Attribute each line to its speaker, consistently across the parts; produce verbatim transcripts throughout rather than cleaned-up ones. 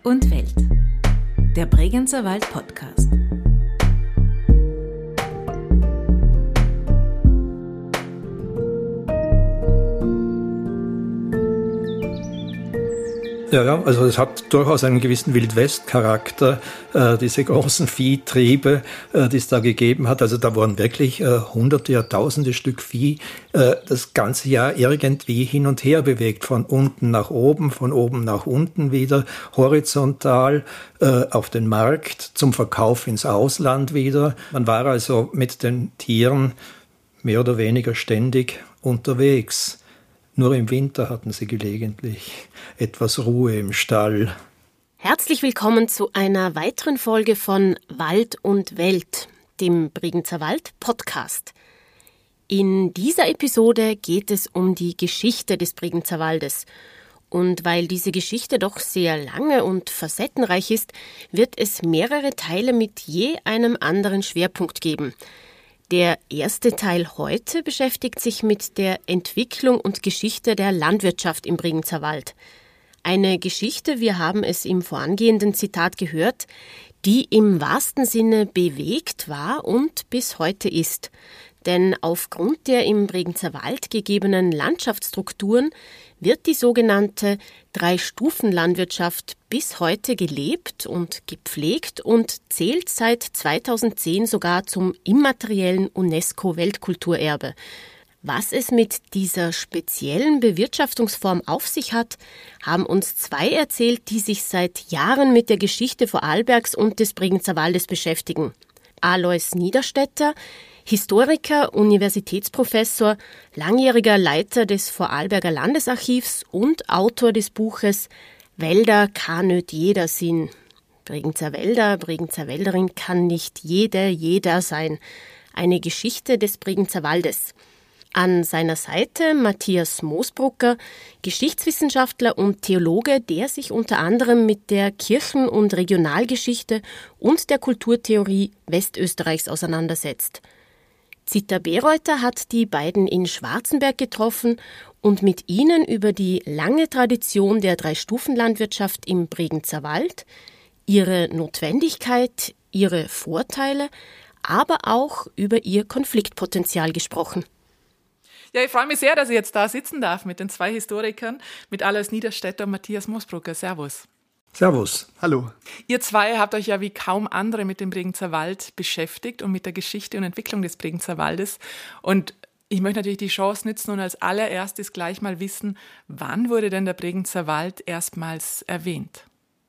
Speaker 1: und Welt. Der Bregenzer Wald Podcast.
Speaker 2: Ja, ja, also es hat durchaus einen gewissen Wildwest-Charakter, äh, diese großen Viehtriebe, äh, die es da gegeben hat. Also da wurden wirklich äh, hunderte, ja tausende Stück Vieh äh, das ganze Jahr irgendwie hin und her bewegt, von unten nach oben, von oben nach unten wieder, horizontal äh, auf den Markt, zum Verkauf ins Ausland wieder. Man war also mit den Tieren mehr oder weniger ständig unterwegs. Nur im Winter hatten sie gelegentlich etwas Ruhe im Stall.
Speaker 3: Herzlich willkommen zu einer weiteren Folge von Wald und Welt, dem Bregenzer Wald Podcast. In dieser Episode geht es um die Geschichte des Bregenzer Waldes. Und weil diese Geschichte doch sehr lange und facettenreich ist, wird es mehrere Teile mit je einem anderen Schwerpunkt geben. Der erste Teil heute beschäftigt sich mit der Entwicklung und Geschichte der Landwirtschaft im Bregenzer Wald. Eine Geschichte, wir haben es im vorangehenden Zitat gehört, die im wahrsten Sinne bewegt war und bis heute ist. Denn aufgrund der im Bregenzer Wald gegebenen Landschaftsstrukturen wird die sogenannte Drei-Stufen-Landwirtschaft bis heute gelebt und gepflegt und zählt seit zweitausendzehn sogar zum immateriellen UNESCO-Weltkulturerbe. Was es mit dieser speziellen Bewirtschaftungsform auf sich hat, haben uns zwei erzählt, die sich seit Jahren mit der Geschichte Vorarlbergs und des Bregenzer Waldes beschäftigen. Alois Niederstetter, Historiker, Universitätsprofessor, langjähriger Leiter des Vorarlberger Landesarchivs und Autor des Buches Wälder kann nicht jeder sein. Bregenzer Wälder, Bregenzer Wälderin kann nicht jede, jeder sein. Eine Geschichte des Bregenzer Waldes. An seiner Seite Matthias Moosbrucker, Geschichtswissenschaftler und Theologe, der sich unter anderem mit der Kirchen- und Regionalgeschichte und der Kulturtheorie Westösterreichs auseinandersetzt. Zita Bereuter hat die beiden in Schwarzenberg getroffen und mit ihnen über die lange Tradition der Drei-Stufen-Landwirtschaft im Bregenzer Wald, ihre Notwendigkeit, ihre Vorteile, aber auch über ihr Konfliktpotenzial gesprochen.
Speaker 4: Ja, ich freue mich sehr, dass ich jetzt da sitzen darf mit den zwei Historikern, mit Alois Niederstetter und Matthias Moosbrucker. Servus.
Speaker 2: Servus.
Speaker 5: Hallo.
Speaker 4: Ihr zwei habt euch ja wie kaum andere mit dem Bregenzer Wald beschäftigt und mit der Geschichte und Entwicklung des Bregenzer Waldes. Und ich möchte natürlich die Chance nutzen und als allererstes gleich mal wissen, wann wurde denn der Bregenzer Wald erstmals erwähnt?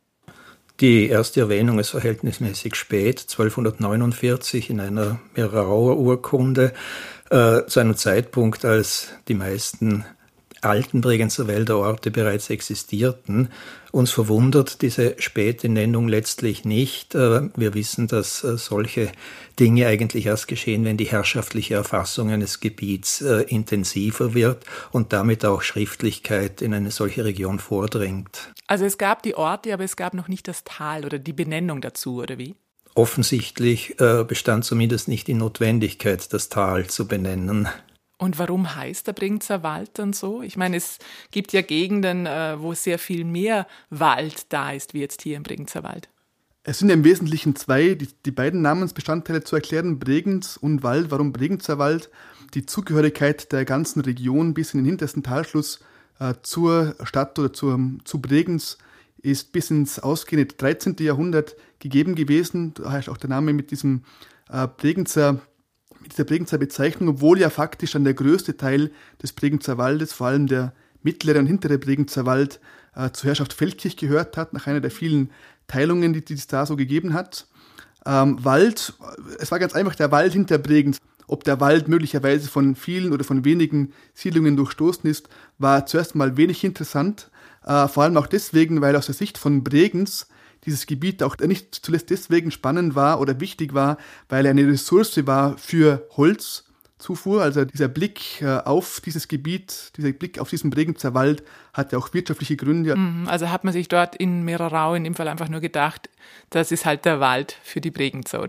Speaker 2: Die erste Erwähnung ist verhältnismäßig spät, zwölfhundertneunundvierzig in einer Merauer Urkunde, äh, zu einem Zeitpunkt, als die meisten alten Bregenzer Wälder Orte bereits existierten. Uns verwundert diese späte Nennung letztlich nicht. Wir wissen, dass solche Dinge eigentlich erst geschehen, wenn die herrschaftliche Erfassung eines Gebiets intensiver wird und damit auch Schriftlichkeit in eine solche Region vordringt.
Speaker 4: Also es gab die Orte, aber es gab noch nicht das Tal oder die Benennung dazu, oder wie?
Speaker 2: Offensichtlich bestand zumindest nicht die Notwendigkeit, das Tal zu benennen.
Speaker 4: Und warum heißt der Bregenzer Wald dann so? Ich meine, es gibt ja Gegenden, wo sehr viel mehr Wald da ist, wie jetzt hier im Bregenzer Wald.
Speaker 5: Es sind ja im Wesentlichen zwei, die, die beiden Namensbestandteile zu erklären, Bregenz und Wald. Warum Bregenzer Wald? Die Zugehörigkeit der ganzen Region bis in den hintersten Talschluss äh, zur Stadt oder zur, zu Bregenz ist bis ins ausgehende dreizehnten Jahrhundert gegeben gewesen. Da heißt auch der Name mit diesem äh, Bregenzer mit dieser Bregenzer Bezeichnung, obwohl ja faktisch dann der größte Teil des Bregenzer Waldes, vor allem der mittlere und hintere Bregenzer Wald, äh, zur Herrschaft Feldkirch gehört hat, nach einer der vielen Teilungen, die, die es da so gegeben hat. Ähm, Wald, es war ganz einfach der Wald hinter Bregenz. Ob der Wald möglicherweise von vielen oder von wenigen Siedlungen durchstoßen ist, war zuerst mal wenig interessant. Äh, vor allem auch deswegen, weil aus der Sicht von Bregenz dieses Gebiet auch nicht zuletzt deswegen spannend war oder wichtig war, weil er eine Ressource war für Holzzufuhr. Also dieser Blick auf dieses Gebiet, dieser Blick auf diesen Bregenzer Wald hatte auch wirtschaftliche Gründe.
Speaker 4: Also hat man sich dort in Merarau in dem Fall einfach nur gedacht, das ist halt der Wald für die Bregenzer, oder wie?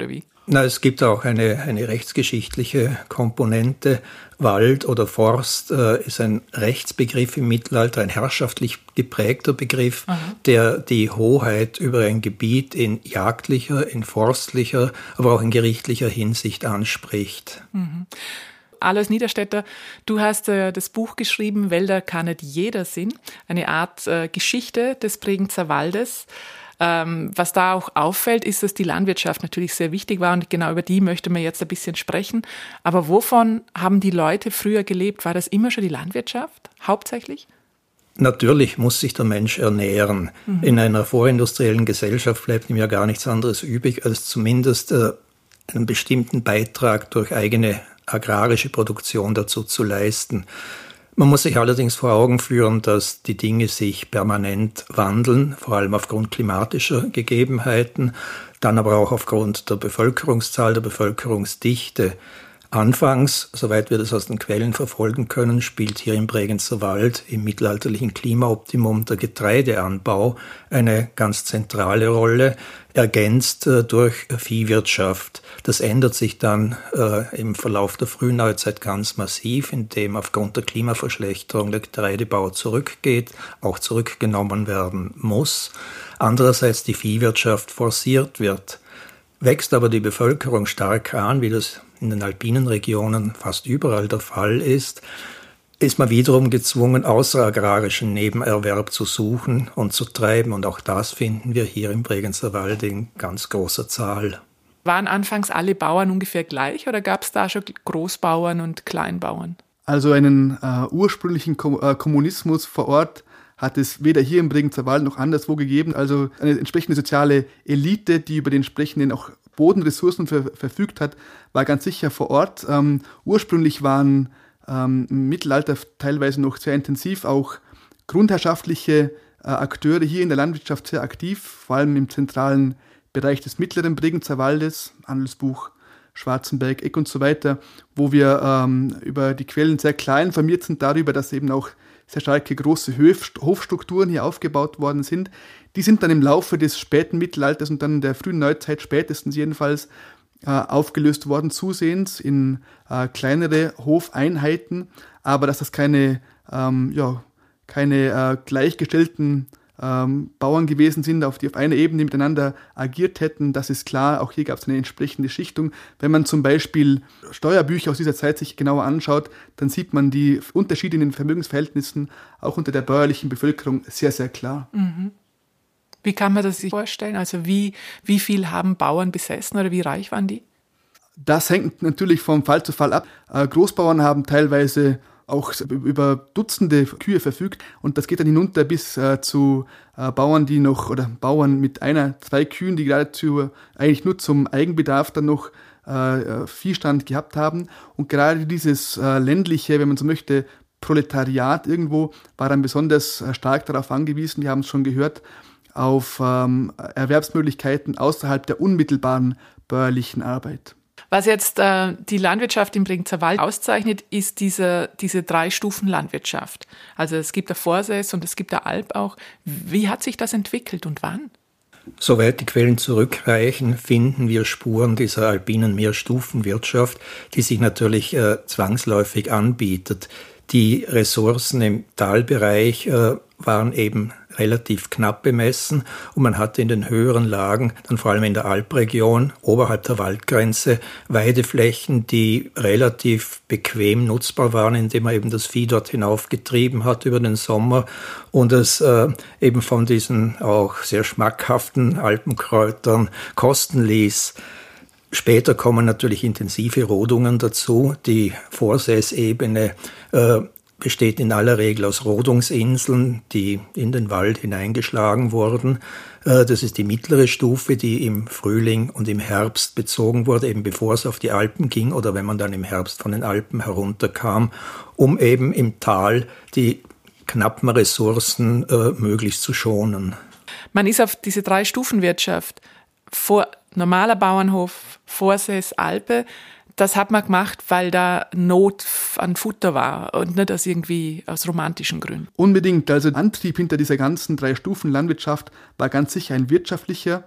Speaker 2: Na, es gibt auch eine, eine rechtsgeschichtliche Komponente. Wald oder Forst äh, ist ein Rechtsbegriff im Mittelalter, ein herrschaftlich geprägter Begriff, mhm. der die Hoheit über ein Gebiet in jagdlicher, in forstlicher, aber auch in gerichtlicher Hinsicht anspricht.
Speaker 4: Mhm. Alois Niederstetter, du hast äh, das Buch geschrieben, Wälder kann nicht jeder sinn, eine Art äh, Geschichte des Bregenzer Waldes. Ähm, was da auch auffällt, ist, dass die Landwirtschaft natürlich sehr wichtig war und genau über die möchte man jetzt ein bisschen sprechen. Aber wovon haben die Leute früher gelebt? War das immer schon die Landwirtschaft, hauptsächlich?
Speaker 2: Natürlich muss sich der Mensch ernähren. Mhm. In einer vorindustriellen Gesellschaft bleibt ihm ja gar nichts anderes übrig, als zumindest äh, einen bestimmten Beitrag durch eigene agrarische Produktion dazu zu leisten. Man muss sich allerdings vor Augen führen, dass die Dinge sich permanent wandeln, vor allem aufgrund klimatischer Gegebenheiten, dann aber auch aufgrund der Bevölkerungszahl, der Bevölkerungsdichte. Anfangs, soweit wir das aus den Quellen verfolgen können, spielt hier im Bregenzer Wald im mittelalterlichen Klimaoptimum der Getreideanbau eine ganz zentrale Rolle, ergänzt äh, durch Viehwirtschaft. Das ändert sich dann äh, im Verlauf der Frühneuzeit ganz massiv, indem aufgrund der Klimaverschlechterung der Getreidebau zurückgeht, auch zurückgenommen werden muss. Andererseits die Viehwirtschaft forciert wird. Wächst aber die Bevölkerung stark an, wie das in den alpinen Regionen fast überall der Fall ist, ist man wiederum gezwungen, außeragrarischen Nebenerwerb zu suchen und zu treiben. Und auch das finden wir hier im Bregenzer Wald in ganz großer Zahl.
Speaker 4: Waren anfangs alle Bauern ungefähr gleich oder gab es da schon Großbauern und Kleinbauern?
Speaker 5: Also einen äh, ursprünglichen Kom- äh, Kommunismus vor Ort hat es weder hier im Bregenzer Wald noch anderswo gegeben. Also eine entsprechende soziale Elite, die über die entsprechenden auch Bodenressourcen ver- verfügt hat, war ganz sicher vor Ort. Ähm, ursprünglich waren ähm, im Mittelalter teilweise noch sehr intensiv auch grundherrschaftliche äh, Akteure hier in der Landwirtschaft sehr aktiv, vor allem im zentralen Bereich des mittleren Bregenzer Waldes, Handelsbuch Schwarzenberg, Eck und so weiter, wo wir ähm, über die Quellen sehr klar informiert sind darüber, dass eben auch sehr starke große Höf- Hofstrukturen hier aufgebaut worden sind. Die sind dann im Laufe des späten Mittelalters und dann der frühen Neuzeit spätestens jedenfalls äh, aufgelöst worden, zusehends in äh, kleinere Hofeinheiten, aber dass das keine, ähm, ja, keine äh, gleichgestellten ähm, Bauern gewesen sind, auf die auf einer Ebene miteinander agiert hätten, das ist klar. Auch hier gab es eine entsprechende Schichtung. Wenn man zum Beispiel Steuerbücher aus dieser Zeit sich genauer anschaut, dann sieht man die Unterschiede in den Vermögensverhältnissen auch unter der bäuerlichen Bevölkerung sehr, sehr klar.
Speaker 4: Mhm. Wie kann man das sich vorstellen? Also wie, wie viel haben Bauern besessen oder wie reich waren die?
Speaker 5: Das hängt natürlich vom Fall zu Fall ab. Großbauern haben teilweise auch über Dutzende Kühe verfügt und das geht dann hinunter bis äh, zu äh, Bauern, die noch, oder Bauern mit einer, zwei Kühen, die geradezu eigentlich nur zum Eigenbedarf dann noch äh, Viehstand gehabt haben. Und gerade dieses äh, ländliche, wenn man so möchte, Proletariat irgendwo war dann besonders äh, stark darauf angewiesen, wir haben es schon gehört, auf ähm, Erwerbsmöglichkeiten außerhalb der unmittelbaren bäuerlichen Arbeit.
Speaker 4: Was jetzt äh, die Landwirtschaft im Bregenzer Wald auszeichnet, ist diese, diese drei Stufen Landwirtschaft. Also es gibt der Vorsäß und es gibt der Alp auch. Wie hat sich das entwickelt und wann?
Speaker 2: Soweit die Quellen zurückreichen, finden wir Spuren dieser alpinen Mehrstufenwirtschaft, die sich natürlich äh, zwangsläufig anbietet. Die Ressourcen im Talbereich äh, waren eben relativ knapp bemessen und man hatte in den höheren Lagen, dann vor allem in der Alpregion, oberhalb der Waldgrenze, Weideflächen, die relativ bequem nutzbar waren, indem man eben das Vieh dort hinaufgetrieben hat über den Sommer und es äh, eben von diesen auch sehr schmackhaften Alpenkräutern kosten ließ. Später kommen natürlich intensive Rodungen dazu. Die Vorsäßebene äh, besteht in aller Regel aus Rodungsinseln, die in den Wald hineingeschlagen wurden. Äh, das ist die mittlere Stufe, die im Frühling und im Herbst bezogen wurde, eben bevor es auf die Alpen ging oder wenn man dann im Herbst von den Alpen herunterkam, um eben im Tal die knappen Ressourcen äh, möglichst zu schonen.
Speaker 4: Man ist auf diese Drei-Stufen-Wirtschaft, vor normaler Bauernhof, Vorsäß, Alpe, das hat man gemacht, weil da Not an Futter war und nicht aus irgendwie aus romantischen Gründen.
Speaker 5: Unbedingt. Also der Antrieb hinter dieser ganzen Drei-Stufen-Landwirtschaft war ganz sicher ein wirtschaftlicher.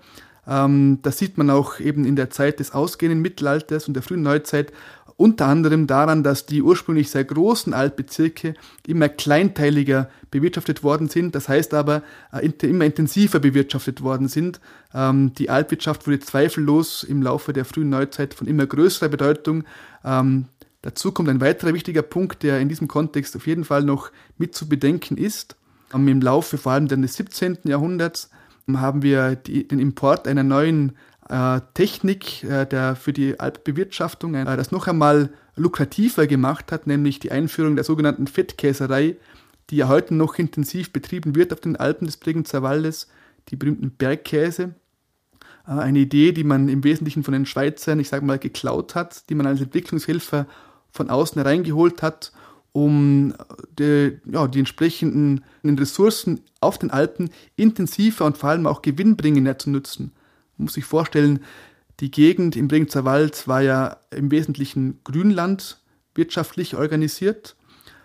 Speaker 5: Ähm, das sieht man auch eben in der Zeit des ausgehenden Mittelalters und der frühen Neuzeit, unter anderem daran, dass die ursprünglich sehr großen Altbezirke immer kleinteiliger bewirtschaftet worden sind, das heißt aber äh, immer intensiver bewirtschaftet worden sind. Ähm, die Altwirtschaft wurde zweifellos im Laufe der frühen Neuzeit von immer größerer Bedeutung. Ähm, dazu kommt ein weiterer wichtiger Punkt, der in diesem Kontext auf jeden Fall noch mit zu bedenken ist. Ähm, im Laufe vor allem des siebzehnten Jahrhunderts haben wir die, den Import einer neuen äh, Technik äh, der für die Alpbewirtschaftung, äh, das noch einmal lukrativer gemacht hat, nämlich die Einführung der sogenannten Fettkäserei, die ja heute noch intensiv betrieben wird auf den Alpen des Bregenzer Waldes, die berühmten Bergkäse. Äh, eine Idee, die man im Wesentlichen von den Schweizern, ich sage mal, geklaut hat, die man als Entwicklungshelfer von außen hereingeholt hat, um die, ja, die entsprechenden Ressourcen auf den Alpen intensiver und vor allem auch gewinnbringender zu nutzen. Man muss sich vorstellen, die Gegend im Bregenzer Wald war ja im Wesentlichen Grünland wirtschaftlich organisiert.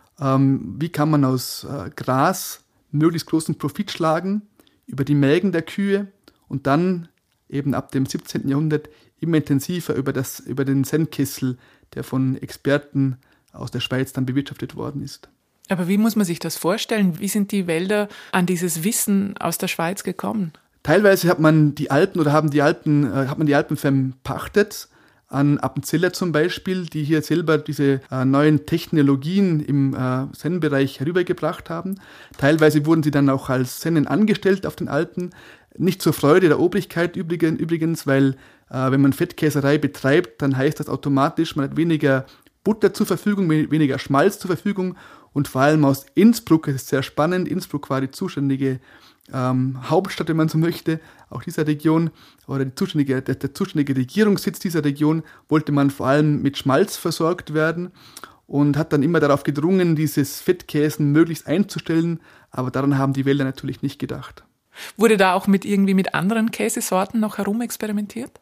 Speaker 5: Ähm, wie kann man aus äh, Gras möglichst großen Profit schlagen? Über die Mägen der Kühe und dann eben ab dem siebzehnten Jahrhundert immer intensiver über, das, über den Sennkessel, der von Experten aus der Schweiz dann bewirtschaftet worden ist.
Speaker 4: Aber wie muss man sich das vorstellen? Wie sind die Wälder an dieses Wissen aus der Schweiz gekommen?
Speaker 5: Teilweise hat man die Alpen oder haben die Alpen, äh, hat man die Alpen verpachtet an Appenzeller zum Beispiel, die hier selber diese äh, neuen Technologien im äh, Sennenbereich herübergebracht haben. Teilweise wurden sie dann auch als Sennen angestellt auf den Alpen. Nicht zur Freude der Obrigkeit übrigens, weil äh, wenn man Fettkäserei betreibt, dann heißt das automatisch, man hat weniger Butter zur Verfügung, weniger Schmalz zur Verfügung und vor allem aus Innsbruck, es ist sehr spannend, Innsbruck war die zuständige ähm, Hauptstadt, wenn man so möchte, auch dieser Region, oder die zuständige, der, der zuständige Regierungssitz dieser Region, wollte man vor allem mit Schmalz versorgt werden und hat dann immer darauf gedrungen, dieses Fettkäsen möglichst einzustellen, aber daran haben die Wälder natürlich nicht gedacht.
Speaker 4: Wurde da auch mit irgendwie mit anderen Käsesorten noch herumexperimentiert?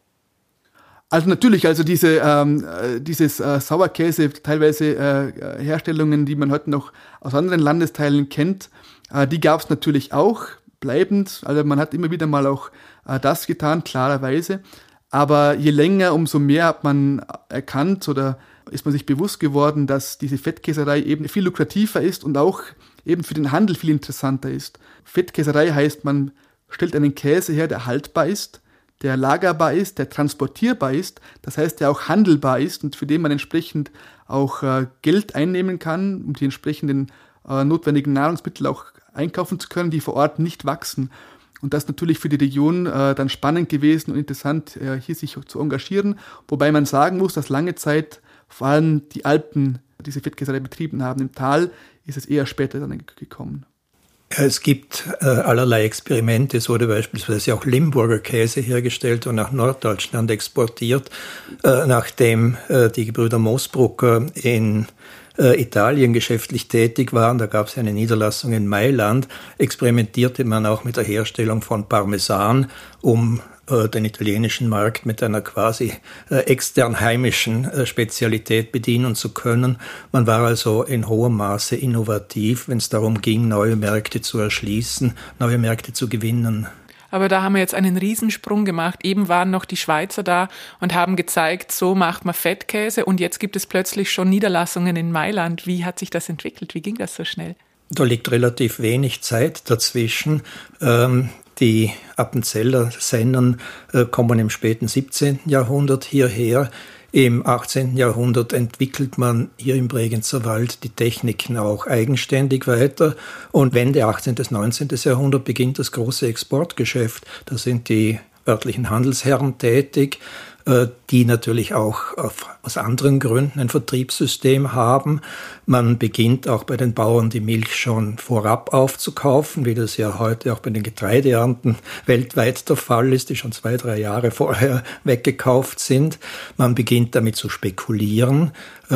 Speaker 5: Also natürlich, also diese ähm, dieses äh, Sauerkäse, teilweise äh, Herstellungen, die man heute noch aus anderen Landesteilen kennt, äh, die gab es natürlich auch bleibend. Also man hat immer wieder mal auch äh, das getan, klarerweise. Aber je länger, umso mehr hat man erkannt oder ist man sich bewusst geworden, dass diese Fettkäserei eben viel lukrativer ist und auch eben für den Handel viel interessanter ist. Fettkäserei heißt, man stellt einen Käse her, der haltbar ist, der lagerbar ist, der transportierbar ist, das heißt, der auch handelbar ist und für den man entsprechend auch äh, Geld einnehmen kann, um die entsprechenden äh, notwendigen Nahrungsmittel auch einkaufen zu können, die vor Ort nicht wachsen. Und das ist natürlich für die Region äh, dann spannend gewesen und interessant, äh, hier sich zu engagieren, wobei man sagen muss, dass lange Zeit vor allem die Alpen diese Fettkäserei betrieben haben. Im Tal ist es eher später dann gekommen.
Speaker 2: Es gibt äh, allerlei Experimente. Es wurde beispielsweise auch Limburger Käse hergestellt und nach Norddeutschland exportiert, äh, nachdem äh, die Gebrüder Moosbrucker in äh, Italien geschäftlich tätig waren. Da gab es eine Niederlassung in Mailand. Experimentierte man auch mit der Herstellung von Parmesan, um den italienischen Markt mit einer quasi äh, extern heimischen äh, Spezialität bedienen zu können. Man war also in hohem Maße innovativ, wenn es darum ging, neue Märkte zu erschließen, neue Märkte zu gewinnen.
Speaker 4: Aber da haben wir jetzt einen Riesensprung gemacht. Eben waren noch die Schweizer da und haben gezeigt, so macht man Fettkäse und jetzt gibt es plötzlich schon Niederlassungen in Mailand. Wie hat sich das entwickelt? Wie ging das so schnell?
Speaker 2: Da liegt relativ wenig Zeit dazwischen. Ähm, Die Appenzeller Sennen äh, kommen im späten siebzehnten Jahrhundert hierher. Im achtzehnten Jahrhundert entwickelt man hier im Bregenzer Wald die Techniken auch eigenständig weiter. Und Ende achtzehnten bis neunzehnten Jahrhundert beginnt das große Exportgeschäft. Da sind die örtlichen Handelsherren tätig, die natürlich auch auf, aus anderen Gründen ein Vertriebssystem haben. Man beginnt auch bei den Bauern die Milch schon vorab aufzukaufen, wie das ja heute auch bei den Getreideernten weltweit der Fall ist, die schon zwei, drei Jahre vorher weggekauft sind. Man beginnt damit zu spekulieren.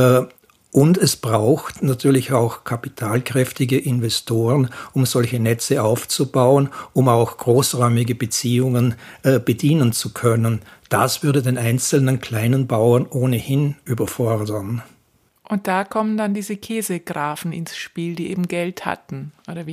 Speaker 2: Und es braucht natürlich auch kapitalkräftige Investoren, um solche Netze aufzubauen, um auch großräumige Beziehungen äh, bedienen zu können. Das würde den einzelnen kleinen Bauern ohnehin überfordern.
Speaker 4: Und da kommen dann diese Käsegrafen ins Spiel, die eben Geld hatten, oder wie?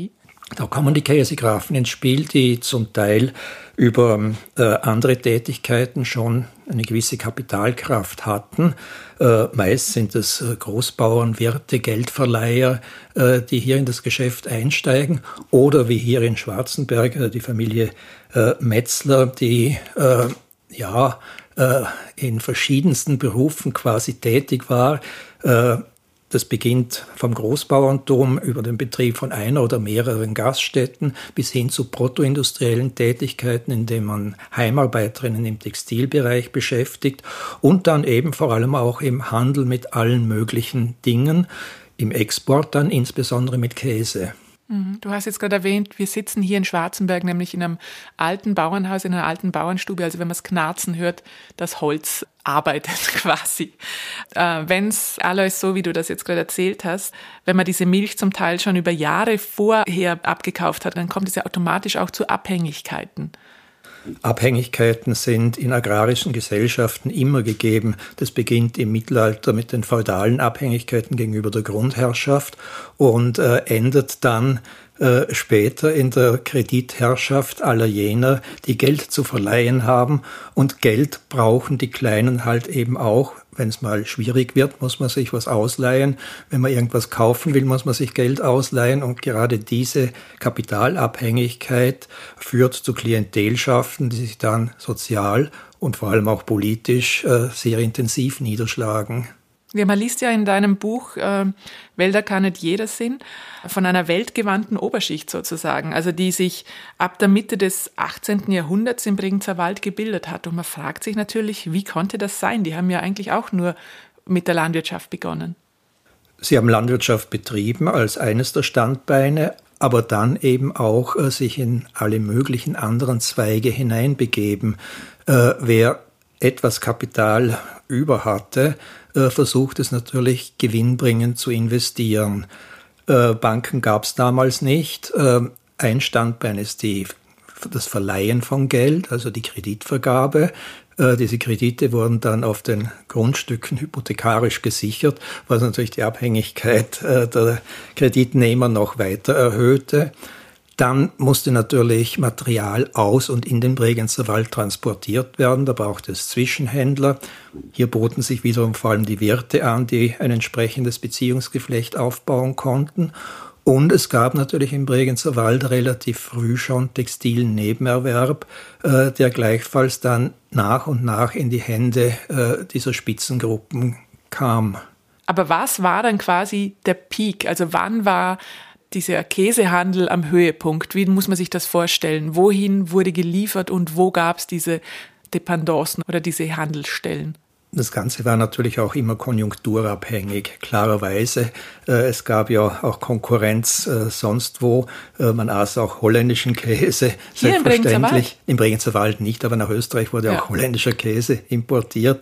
Speaker 2: Da kommen die Käsegrafen ins Spiel, die zum Teil über äh, andere Tätigkeiten schon eine gewisse Kapitalkraft hatten. Äh, meist sind es äh, Großbauern, Wirte, Geldverleiher, äh, die hier in das Geschäft einsteigen. Oder wie hier in Schwarzenberg äh, die Familie äh, Metzler, die äh, ja äh, in verschiedensten Berufen quasi tätig war. Äh, Das beginnt vom Großbauerntum über den Betrieb von einer oder mehreren Gaststätten bis hin zu protoindustriellen Tätigkeiten, indem man Heimarbeiterinnen im Textilbereich beschäftigt und dann eben vor allem auch im Handel mit allen möglichen Dingen, im Export dann insbesondere mit Käse.
Speaker 4: Du hast jetzt gerade erwähnt, wir sitzen hier in Schwarzenberg, nämlich in einem alten Bauernhaus, in einer alten Bauernstube. Also wenn man es knarzen hört, das Holz arbeitet quasi. Äh, wenn es alles so, wie du das jetzt gerade erzählt hast, wenn man diese Milch zum Teil schon über Jahre vorher abgekauft hat, dann kommt es ja automatisch auch zu Abhängigkeiten.
Speaker 2: Abhängigkeiten sind in agrarischen Gesellschaften immer gegeben. Das beginnt im Mittelalter mit den feudalen Abhängigkeiten gegenüber der Grundherrschaft und äh, endet dann äh, später in der Kreditherrschaft aller jener, die Geld zu verleihen haben. Und Geld brauchen die Kleinen halt eben auch. Wenn es mal schwierig wird, muss man sich was ausleihen. Wenn man irgendwas kaufen will, muss man sich Geld ausleihen. Und gerade diese Kapitalabhängigkeit führt zu Klientelschaften, die sich dann sozial und vor allem auch politisch äh, sehr intensiv niederschlagen.
Speaker 4: Ja, man liest ja in deinem Buch äh, Wälder kann nicht jeder sinn, von einer weltgewandten Oberschicht sozusagen, also die sich ab der Mitte des achtzehnten Jahrhunderts im Bregenzer Wald gebildet hat. Und man fragt sich natürlich, wie konnte das sein? Die haben ja eigentlich auch nur mit der Landwirtschaft begonnen.
Speaker 2: Sie haben Landwirtschaft betrieben als eines der Standbeine, aber dann eben auch äh, sich in alle möglichen anderen Zweige hineinbegeben. Äh, wer etwas Kapital über hatte, äh, versucht es natürlich gewinnbringend zu investieren. Äh, Banken gab es damals nicht. Äh, ein Standbein ist die, das Verleihen von Geld, also die Kreditvergabe. Äh, diese Kredite wurden dann auf den Grundstücken hypothekarisch gesichert, was natürlich die Abhängigkeit äh, der Kreditnehmer noch weiter erhöhte. Dann musste natürlich Material aus und in den Bregenzer Wald transportiert werden. Da brauchte es Zwischenhändler. Hier boten sich wiederum vor allem die Wirte an, die ein entsprechendes Beziehungsgeflecht aufbauen konnten. Und es gab natürlich im Bregenzer Wald relativ früh schon textilen Nebenerwerb, äh, der gleichfalls dann nach und nach in die Hände äh, dieser Spitzengruppen kam.
Speaker 4: Aber was war dann quasi der Peak? Also wann war dieser Käsehandel am Höhepunkt? Wie muss man sich das vorstellen? Wohin wurde geliefert und wo gab es diese Dependancen oder diese Handelsstellen?
Speaker 2: Das Ganze war natürlich auch immer konjunkturabhängig, klarerweise. Es gab ja auch Konkurrenz äh, sonst wo. Man aß auch holländischen Käse,
Speaker 4: hier
Speaker 2: selbstverständlich.
Speaker 4: Im Bregenzer Wald?
Speaker 2: Im Bregenzer Wald nicht, aber nach Österreich wurde ja auch holländischer Käse importiert.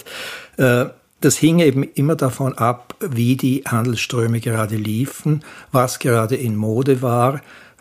Speaker 2: Das hing eben immer davon ab, wie die Handelsströme gerade liefen, was gerade in Mode war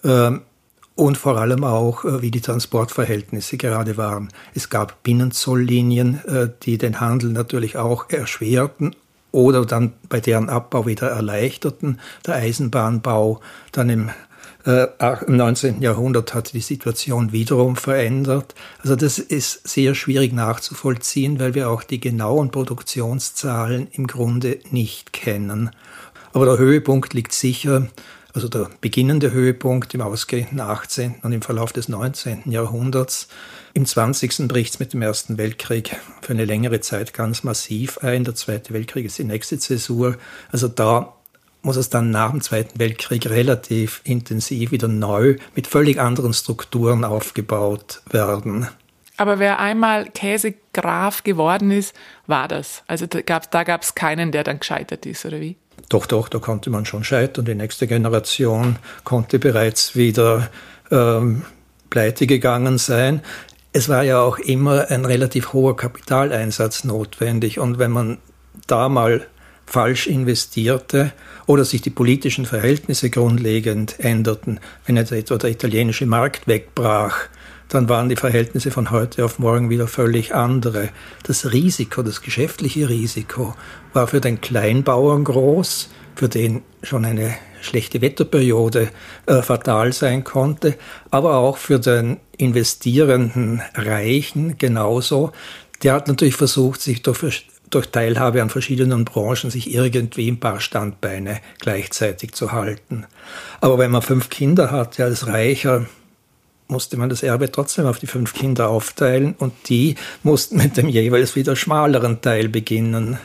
Speaker 2: und vor allem auch, wie die Transportverhältnisse gerade waren. Es gab Binnenzolllinien, die den Handel natürlich auch erschwerten oder dann bei deren Abbau wieder erleichterten. Der Eisenbahnbau dann im Im neunzehnten Jahrhundert hat die Situation wiederum verändert. Also das ist sehr schwierig nachzuvollziehen, weil wir auch die genauen Produktionszahlen im Grunde nicht kennen. Aber der Höhepunkt liegt sicher, also der beginnende Höhepunkt im ausgehenden achtzehnten und im Verlauf des neunzehnten Jahrhunderts. Im zwanzigsten bricht es mit dem Ersten Weltkrieg für eine längere Zeit ganz massiv ein. Der Zweite Weltkrieg ist die nächste Zäsur. Also da muss es dann nach dem Zweiten Weltkrieg relativ intensiv wieder neu mit völlig anderen Strukturen aufgebaut werden.
Speaker 4: Aber wer einmal Käsegraf geworden ist, war das. Also da gab es da gab's keinen, der dann gescheitert ist, oder wie?
Speaker 2: Doch, doch, da konnte man schon scheitern. Die nächste Generation konnte bereits wieder ähm, pleite gegangen sein. Es war ja auch immer ein relativ hoher Kapitaleinsatz notwendig. Und wenn man da mal falsch investierte oder sich die politischen Verhältnisse grundlegend änderten, wenn jetzt etwa der italienische Markt wegbrach, dann waren die Verhältnisse von heute auf morgen wieder völlig andere. Das Risiko, das geschäftliche Risiko war für den Kleinbauern groß, für den schon eine schlechte Wetterperiode äh, fatal sein konnte, aber auch für den investierenden Reichen genauso. Der hat natürlich versucht, sich durch, durch Teilhabe an verschiedenen Branchen sich irgendwie ein paar Standbeine gleichzeitig zu halten. Aber wenn man fünf Kinder hatte als Reicher, musste man das Erbe trotzdem auf die fünf Kinder aufteilen und die mussten mit dem jeweils wieder schmaleren Teil beginnen.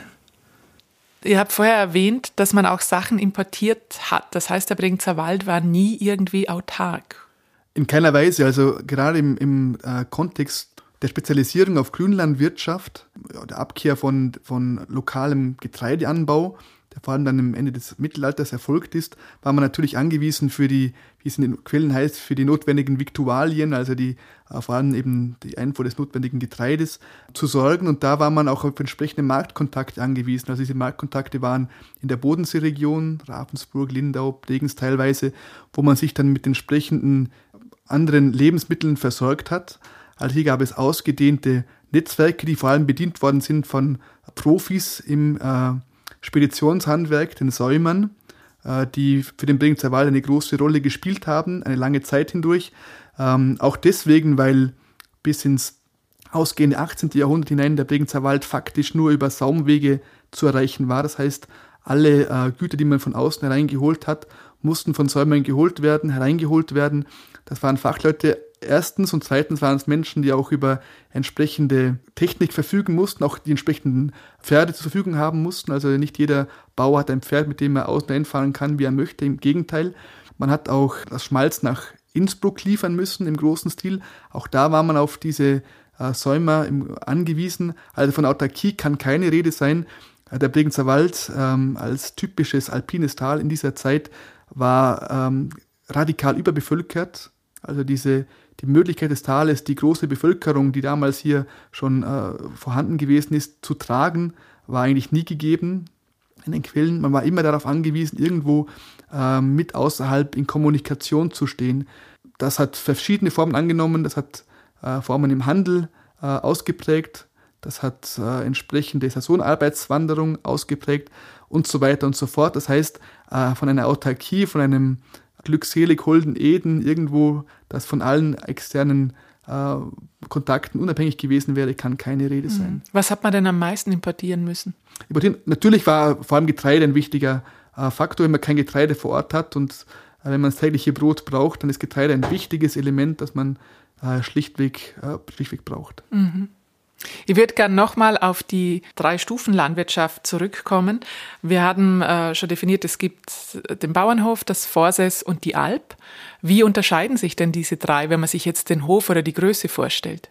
Speaker 4: Ihr habt vorher erwähnt, dass man auch Sachen importiert hat. Das heißt, der Bregenzer Wald war nie irgendwie autark.
Speaker 5: In keiner Weise. Also gerade im, im äh, Kontext der Spezialisierung auf Grünlandwirtschaft, ja, der Abkehr von, von lokalem Getreideanbau, der vor allem dann am Ende des Mittelalters erfolgt ist, war man natürlich angewiesen für die, wie es in den Quellen heißt, für die notwendigen Viktualien, also die, äh, vor allem eben die Einfuhr des notwendigen Getreides zu sorgen. Und da war man auch auf entsprechende Marktkontakte angewiesen. Also diese Marktkontakte waren in der Bodenseeregion, Ravensburg, Lindau, Bregenz teilweise, wo man sich dann mit entsprechenden anderen Lebensmitteln versorgt hat. Also hier gab es ausgedehnte Netzwerke, die vor allem bedient worden sind von Profis im äh, Speditionshandwerk, den Säumern, äh, die für den Bregenzer Wald eine große Rolle gespielt haben, eine lange Zeit hindurch. Ähm, auch deswegen, weil bis ins ausgehende achtzehnten Jahrhundert hinein der Bregenzer Wald faktisch nur über Saumwege zu erreichen war. Das heißt, alle äh, Güter, die man von außen hereingeholt hat, mussten von Säumern geholt werden, hereingeholt werden. Das waren Fachleute erstens und zweitens waren es Menschen, die auch über entsprechende Technik verfügen mussten, auch die entsprechenden Pferde zur Verfügung haben mussten. Also nicht jeder Bauer hat ein Pferd, mit dem er außen einfahren kann, wie er möchte. Im Gegenteil, man hat auch das Schmalz nach Innsbruck liefern müssen im großen Stil. Auch da war man auf diese äh, Säumer im, angewiesen. Also von Autarkie kann keine Rede sein. Der Bregenzer Wald ähm, als typisches alpines Tal in dieser Zeit war ähm, radikal überbevölkert. Also diese, die Möglichkeit des Tales, die große Bevölkerung, die damals hier schon äh, vorhanden gewesen ist, zu tragen, war eigentlich nie gegeben in den Quellen. Man war immer darauf angewiesen, irgendwo äh, mit außerhalb in Kommunikation zu stehen. Das hat verschiedene Formen angenommen. Das hat äh, Formen im Handel äh, ausgeprägt. Das hat äh, entsprechende Saisonarbeitswanderung ausgeprägt und so weiter und so fort. Das heißt, äh, von einer Autarkie, von einem glückselig holden Eden irgendwo, das von allen externen äh, Kontakten unabhängig gewesen wäre, kann keine Rede sein.
Speaker 4: Was hat man denn am meisten importieren müssen?
Speaker 5: Importieren, natürlich war vor allem Getreide ein wichtiger äh, Faktor, wenn man kein Getreide vor Ort hat und äh, wenn man das tägliche Brot braucht, dann ist Getreide ein wichtiges Element, das man äh, schlichtweg, äh, schlichtweg braucht.
Speaker 4: Mhm. Ich würde gerne nochmal auf die Drei-Stufen-Landwirtschaft zurückkommen. Wir haben äh, schon definiert, es gibt den Bauernhof, das Forsthaus und die Alp. Wie unterscheiden sich denn diese drei, wenn man sich jetzt den Hof oder die Größe vorstellt?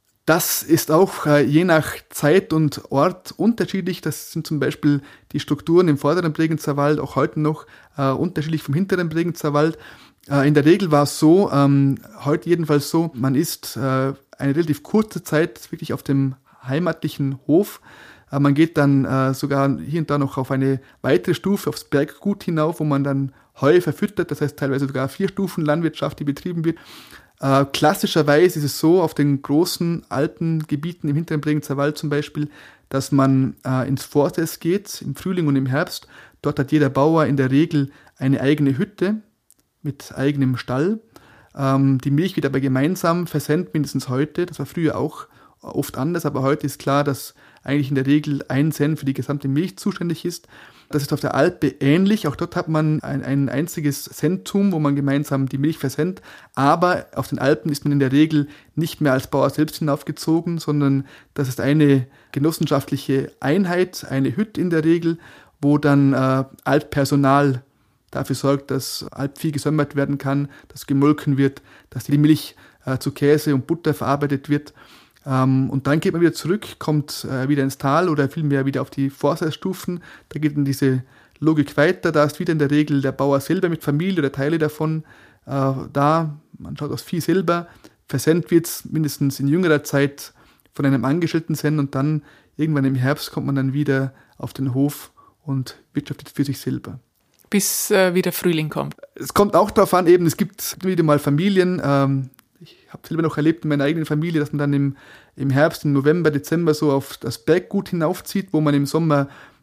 Speaker 5: Das ist auch äh, je nach Zeit und Ort unterschiedlich. Das sind zum Beispiel die Strukturen im vorderen Bregenzer Wald, auch heute noch äh, unterschiedlich vom hinteren Bregenzer Wald. Äh, in der Regel war es so, ähm, heute jedenfalls so, man ist äh, eine relativ kurze Zeit wirklich auf dem heimatlichen Hof. Äh, man geht dann äh, sogar hier und da noch auf eine weitere Stufe, aufs Berggut hinauf, wo man dann Heu verfüttert. Das heißt teilweise sogar vier Stufen Landwirtschaft, die betrieben wird. Äh, klassischerweise ist es so, auf den großen Alpengebieten im hinteren Bregenzer Wald zum Beispiel, dass man äh, ins Forsthaus geht, im Frühling und im Herbst. Dort hat jeder Bauer in der Regel eine eigene Hütte mit eigenem Stall. Ähm, die Milch wird aber gemeinsam versendet, mindestens heute. Das war früher auch oft anders, aber heute ist klar, dass eigentlich in der Regel ein Senn für die gesamte Milch zuständig ist. Das ist auf der Alpe ähnlich. Auch dort hat man ein, ein einziges Senntum, wo man gemeinsam die Milch versendet. Aber auf den Alpen ist man in der Regel nicht mehr als Bauer selbst hinaufgezogen, sondern das ist eine genossenschaftliche Einheit, eine Hütte in der Regel, wo dann äh, Alppersonal dafür sorgt, dass Alpvieh gesömmert werden kann, dass gemolken wird, dass die Milch äh, zu Käse und Butter verarbeitet wird. Ähm, und dann geht man wieder zurück, kommt äh, wieder ins Tal oder vielmehr wieder auf die Forsthausstufen. Da geht dann diese Logik weiter. Da ist wieder in der Regel der Bauer selber mit Familie oder Teile davon äh, da. Man schaut aufs Vieh selber. Versendet wird es mindestens in jüngerer Zeit von einem Angestellten Senn und dann irgendwann im Herbst kommt man dann wieder auf den Hof und wirtschaftet für sich selber.
Speaker 4: Bis äh, wieder Frühling kommt.
Speaker 5: Es kommt auch darauf an, eben, es gibt wieder mal Familien. Ähm, ich habe selber noch erlebt in meiner eigenen Familie, dass man dann im, im Herbst, im November, Dezember so auf das Berggut hinaufzieht, wo man im Sommer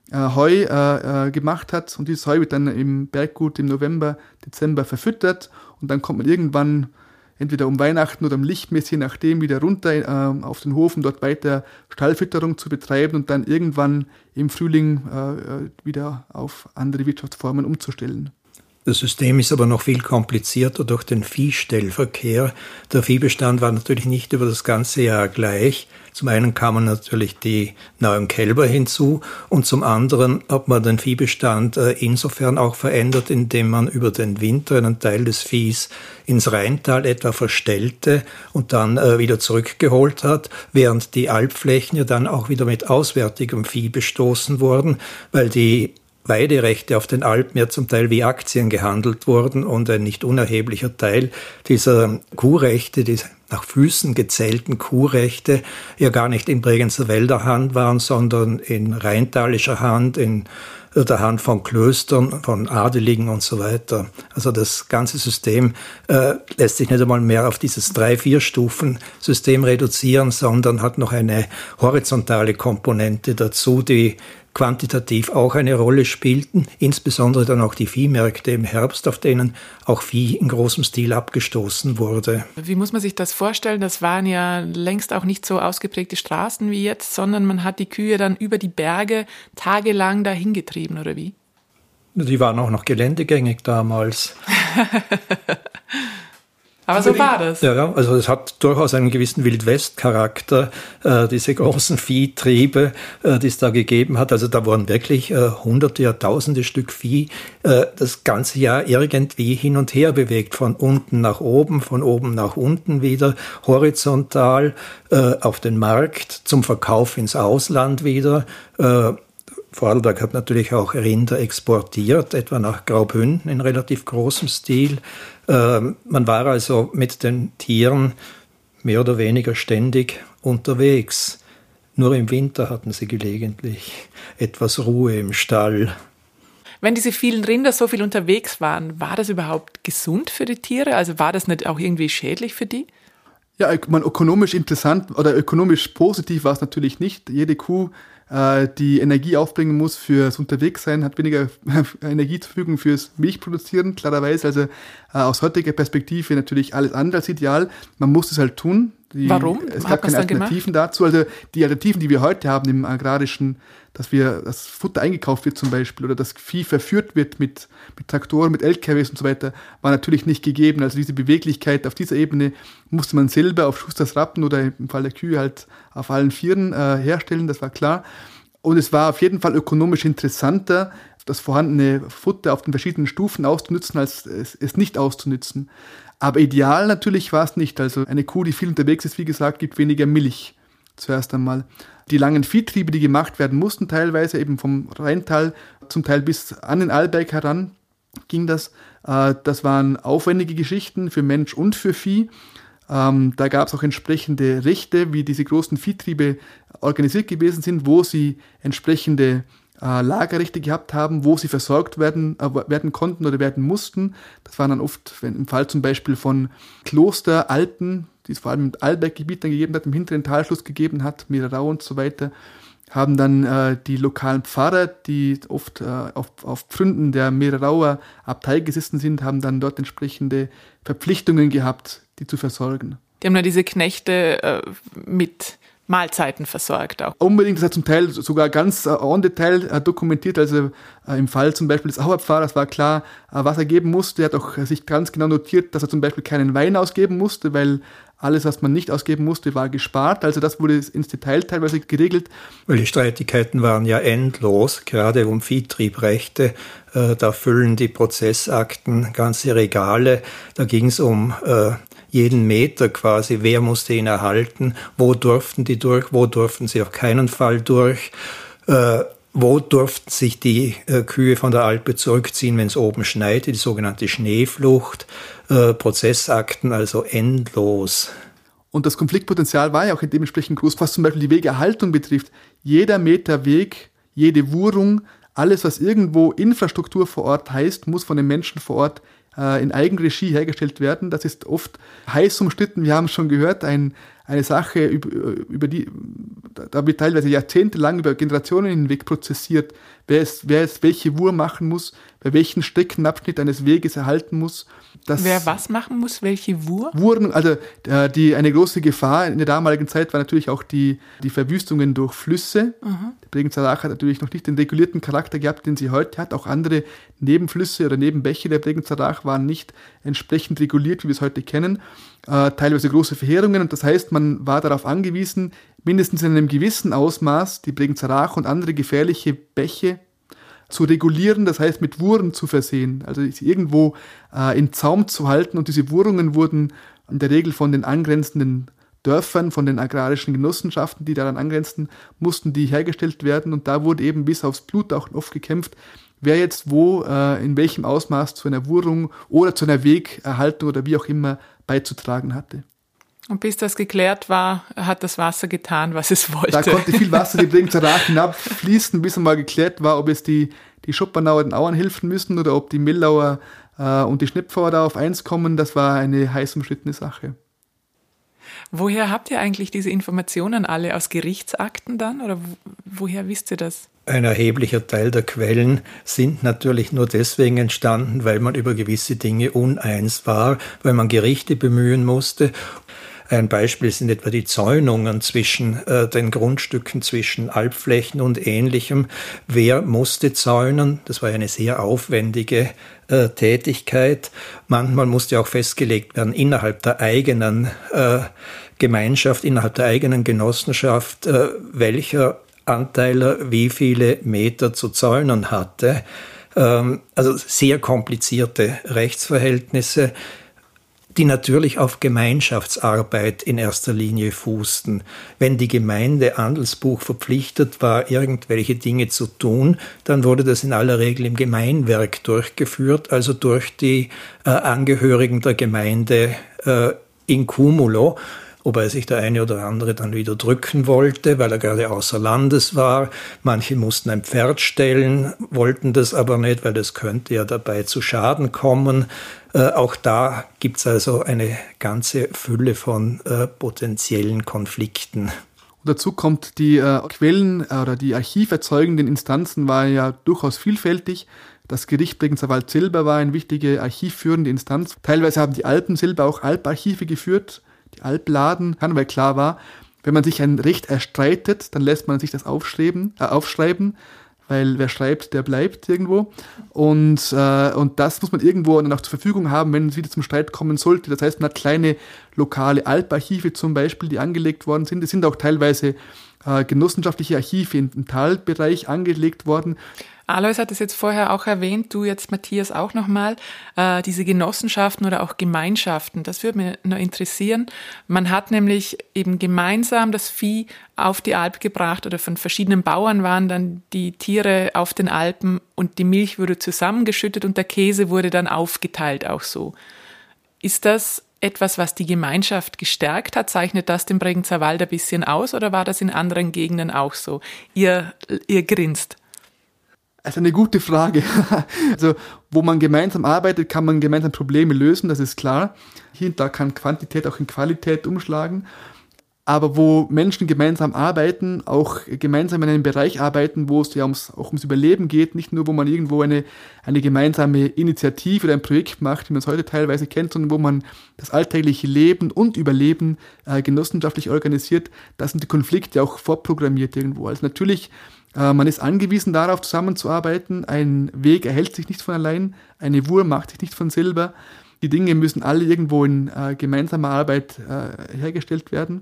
Speaker 5: äh, Heu äh, äh, gemacht hat. Und dieses Heu wird dann im Berggut im November, Dezember verfüttert. Und dann kommt man irgendwann entweder um Weihnachten oder um Lichtmess, je nachdem, wieder runter äh, auf den Hof, um dort weiter Stallfütterung zu betreiben und dann irgendwann im Frühling äh, wieder auf andere Wirtschaftsformen umzustellen.
Speaker 2: Das System ist aber noch viel komplizierter durch den Viehstellverkehr. Der Viehbestand war natürlich nicht über das ganze Jahr gleich. Zum einen kamen natürlich die neuen Kälber hinzu und zum anderen hat man den Viehbestand insofern auch verändert, indem man über den Winter einen Teil des Viehs ins Rheintal etwa verstellte und dann wieder zurückgeholt hat, während die Alpflächen ja dann auch wieder mit auswärtigem Vieh bestoßen wurden, weil die Weiderechte auf den Alpen ja zum Teil wie Aktien gehandelt wurden und ein nicht unerheblicher Teil dieser Kuhrechte, die nach Füßen gezählten Kuhrechte, ja gar nicht in Bregenzer Wälder Hand waren, sondern in rheintalischer Hand, in der Hand von Klöstern, von Adeligen und so weiter. Also das ganze System äh, lässt sich nicht einmal mehr auf dieses Drei-Vier-Stufen-System reduzieren, sondern hat noch eine horizontale Komponente dazu, die quantitativ auch eine Rolle spielten, insbesondere dann auch die Viehmärkte im Herbst, auf denen auch Vieh in großem Stil abgestoßen wurde.
Speaker 4: Wie muss man sich das vorstellen? Das waren ja längst auch nicht so ausgeprägte Straßen wie jetzt, sondern man hat die Kühe dann über die Berge tagelang dahin getrieben, oder wie?
Speaker 2: Die waren auch noch geländegängig damals.
Speaker 4: Aber so war das.
Speaker 2: Ja, also es hat durchaus einen gewissen Wildwest-Charakter, äh, diese großen Viehtriebe, äh, die es da gegeben hat. Also da wurden wirklich äh, hunderte, ja tausende Stück Vieh äh, das ganze Jahr irgendwie hin und her bewegt, von unten nach oben, von oben nach unten wieder, horizontal äh, auf den Markt, zum Verkauf ins Ausland wieder. Äh, Vorarlberg hat natürlich auch Rinder exportiert, etwa nach Graubünden in relativ großem Stil. Ähm, man war also mit den Tieren mehr oder weniger ständig unterwegs. Nur im Winter hatten sie gelegentlich etwas Ruhe im Stall.
Speaker 4: Wenn diese vielen Rinder so viel unterwegs waren, war das überhaupt gesund für die Tiere? Also war das nicht auch irgendwie schädlich für die?
Speaker 5: Ja, man, ökonomisch interessant oder ökonomisch positiv war es natürlich nicht. Jede Kuh, äh, die Energie aufbringen muss fürs Unterwegssein, hat weniger Energie zur Verfügung fürs Milchproduzieren, klarerweise. Also äh, aus heutiger Perspektive natürlich alles andere als ideal. Man muss es halt tun. Die,
Speaker 4: Warum?
Speaker 5: Es gab keine Alternativen dazu. Also die Alternativen, die wir heute haben im Agrarischen, dass wir das Futter eingekauft wird zum Beispiel oder das Vieh verführt wird mit, mit Traktoren, mit L K Ws und so weiter, war natürlich nicht gegeben. Also diese Beweglichkeit auf dieser Ebene musste man selber auf Schusters Rappen oder im Fall der Kühe halt auf allen Vieren äh, herstellen, das war klar. Und es war auf jeden Fall ökonomisch interessanter, das vorhandene Futter auf den verschiedenen Stufen auszunutzen, als es, es nicht auszunutzen. Aber ideal natürlich war es nicht. Also eine Kuh, die viel unterwegs ist, wie gesagt, gibt weniger Milch zuerst einmal. Die langen Viehtriebe, die gemacht werden mussten, teilweise eben vom Rheintal, zum Teil bis an den Arlberg heran ging das. Das waren aufwendige Geschichten für Mensch und für Vieh. Da gab es auch entsprechende Rechte, wie diese großen Viehtriebe organisiert gewesen sind, wo sie entsprechende Äh, Lagerrechte gehabt haben, wo sie versorgt werden, äh, werden konnten oder werden mussten. Das waren dann oft, wenn im Fall zum Beispiel von Kloster, Alpen, die es vor allem im Arlberggebiet dann gegeben hat, im hinteren Talschluss gegeben hat, Meerau und so weiter, haben dann äh, die lokalen Pfarrer, die oft äh, auf, auf Pfründen der Meerauer Abtei gesessen sind, haben dann dort entsprechende Verpflichtungen gehabt, die zu versorgen.
Speaker 4: Die haben dann diese Knechte äh, mit Mahlzeiten versorgt auch.
Speaker 5: Unbedingt, das hat zum Teil sogar ganz äh, en Detail äh, dokumentiert, also äh, im Fall zum Beispiel des Auerpfarrers war klar, äh, was er geben musste. Er hat auch äh, sich ganz genau notiert, dass er zum Beispiel keinen Wein ausgeben musste, weil alles, was man nicht ausgeben musste, war gespart. Also das wurde ins Detail teilweise geregelt.
Speaker 2: Weil die Streitigkeiten waren ja endlos, gerade um Viehtriebrechte. Äh, da füllen die Prozessakten ganze Regale. Da ging es um äh, jeden Meter quasi, wer musste ihn erhalten, wo durften die durch, wo durften sie auf keinen Fall durch, äh, wo durften sich die äh, Kühe von der Alpe zurückziehen, wenn es oben schneit, die sogenannte Schneeflucht, äh, Prozessakten, also endlos.
Speaker 5: Und das Konfliktpotenzial war ja auch dementsprechend groß, was zum Beispiel die Wegeerhaltung betrifft. Jeder Meter Weg, jede Wurung, alles, was irgendwo Infrastruktur vor Ort heißt, muss von den Menschen vor Ort in Eigenregie hergestellt werden. Das ist oft heiß umstritten. Wir haben es schon gehört, ein, eine Sache, über, über die, da wird teilweise jahrzehntelang über Generationen hinweg prozessiert, wer, es, wer jetzt welche Wur machen muss, wer welchen Streckenabschnitt eines Weges erhalten muss. Das
Speaker 4: wer was machen muss, welche Wur?
Speaker 5: Wuren, also äh, die, eine große Gefahr in der damaligen Zeit war natürlich auch die, die Verwüstungen durch Flüsse. Mhm. Der Bregenzer Lach hat natürlich noch nicht den regulierten Charakter gehabt, den sie heute hat. Auch andere Nebenflüsse oder Nebenbäche der Bregenzer Lach waren nicht entsprechend reguliert, wie wir es heute kennen. Äh, teilweise große Verheerungen, und das heißt, man war darauf angewiesen, mindestens in einem gewissen Ausmaß die Bregenzer Lach und andere gefährliche Bäche zu regulieren, das heißt mit Wuren zu versehen, also irgendwo äh, in Zaum zu halten, und diese Wurungen wurden in der Regel von den angrenzenden Dörfern, von den agrarischen Genossenschaften, die daran angrenzten, mussten die hergestellt werden, und da wurde eben bis aufs Blut auch oft gekämpft, wer jetzt wo, äh, in welchem Ausmaß zu einer Wurung oder zu einer Wegerhaltung oder wie auch immer beizutragen hatte.
Speaker 4: Und bis das geklärt war, hat das Wasser getan, was es wollte.
Speaker 5: Da konnte viel Wasser die Bregenzer Lach hinabfließen, bis einmal geklärt war, ob es die, die Schoppernauer den Auern helfen müssen oder ob die Millauer äh, und die Schnepfauer da auf eins kommen. Das war eine heiß umstrittene Sache.
Speaker 4: Woher habt ihr eigentlich diese Informationen alle? Aus Gerichtsakten dann? Oder woher wisst ihr das?
Speaker 2: Ein erheblicher Teil der Quellen sind natürlich nur deswegen entstanden, weil man über gewisse Dinge uneins war, weil man Gerichte bemühen musste. Ein Beispiel sind etwa die Zäunungen zwischen äh, den Grundstücken, zwischen Alpflächen und Ähnlichem. Wer musste zäunen? Das war eine sehr aufwendige äh, Tätigkeit. Manchmal musste auch festgelegt werden, innerhalb der eigenen äh, Gemeinschaft, innerhalb der eigenen Genossenschaft, äh, welcher Anteiler wie viele Meter zu zäunen hatte. Ähm, also sehr komplizierte Rechtsverhältnisse, die natürlich auf Gemeinschaftsarbeit in erster Linie fußten. Wenn die Gemeinde Andelsbuch verpflichtet war, irgendwelche Dinge zu tun, dann wurde das in aller Regel im Gemeinwerk durchgeführt, also durch die äh, Angehörigen der Gemeinde äh, in cumulo, wobei sich der eine oder andere dann wieder drücken wollte, weil er gerade außer Landes war. Manche mussten ein Pferd stellen, wollten das aber nicht, weil das könnte ja dabei zu Schaden kommen. Äh, auch da gibt es also eine ganze Fülle von äh, potenziellen Konflikten.
Speaker 5: Und dazu kommt, die äh, Quellen äh, oder die archiverzeugenden Instanzen waren ja durchaus vielfältig. Das Gericht Bregenzer Wald selber war eine wichtige archivführende Instanz. Teilweise haben die Alpen selber auch Alparchive geführt, die Alpladen, weil klar war, wenn man sich ein Recht erstreitet, dann lässt man sich das aufschreiben, äh, aufschreiben, weil wer schreibt, der bleibt irgendwo. Und, äh, und das muss man irgendwo dann auch zur Verfügung haben, wenn es wieder zum Streit kommen sollte. Das heißt, man hat kleine lokale Alparchive zum Beispiel, die angelegt worden sind. Es sind auch teilweise äh, genossenschaftliche Archive im, im Talbereich angelegt worden.
Speaker 4: Alois hat es jetzt vorher auch erwähnt, du jetzt Matthias auch nochmal, äh, diese Genossenschaften oder auch Gemeinschaften, das würde mich noch interessieren. Man hat nämlich eben gemeinsam das Vieh auf die Alp gebracht oder von verschiedenen Bauern waren dann die Tiere auf den Alpen und die Milch wurde zusammengeschüttet und der Käse wurde dann aufgeteilt auch so. Ist das etwas, was die Gemeinschaft gestärkt hat? Zeichnet das den Bregenzer Wald ein bisschen aus oder war das in anderen Gegenden auch so? Ihr, ihr grinst.
Speaker 5: Das ist eine gute Frage. Also, wo man gemeinsam arbeitet, kann man gemeinsam Probleme lösen, das ist klar. Hier und da kann Quantität auch in Qualität umschlagen. Aber wo Menschen gemeinsam arbeiten, auch gemeinsam in einem Bereich arbeiten, wo es ja ums, auch ums Überleben geht, nicht nur, wo man irgendwo eine, eine gemeinsame Initiative oder ein Projekt macht, wie man es heute teilweise kennt, sondern wo man das alltägliche Leben und Überleben äh, genossenschaftlich organisiert, da sind die Konflikte auch vorprogrammiert irgendwo. Also natürlich, man ist angewiesen darauf, zusammenzuarbeiten. Ein Weg erhält sich nicht von allein, eine Wur macht sich nicht von selber. Die Dinge müssen alle irgendwo in äh, gemeinsamer Arbeit äh, hergestellt werden.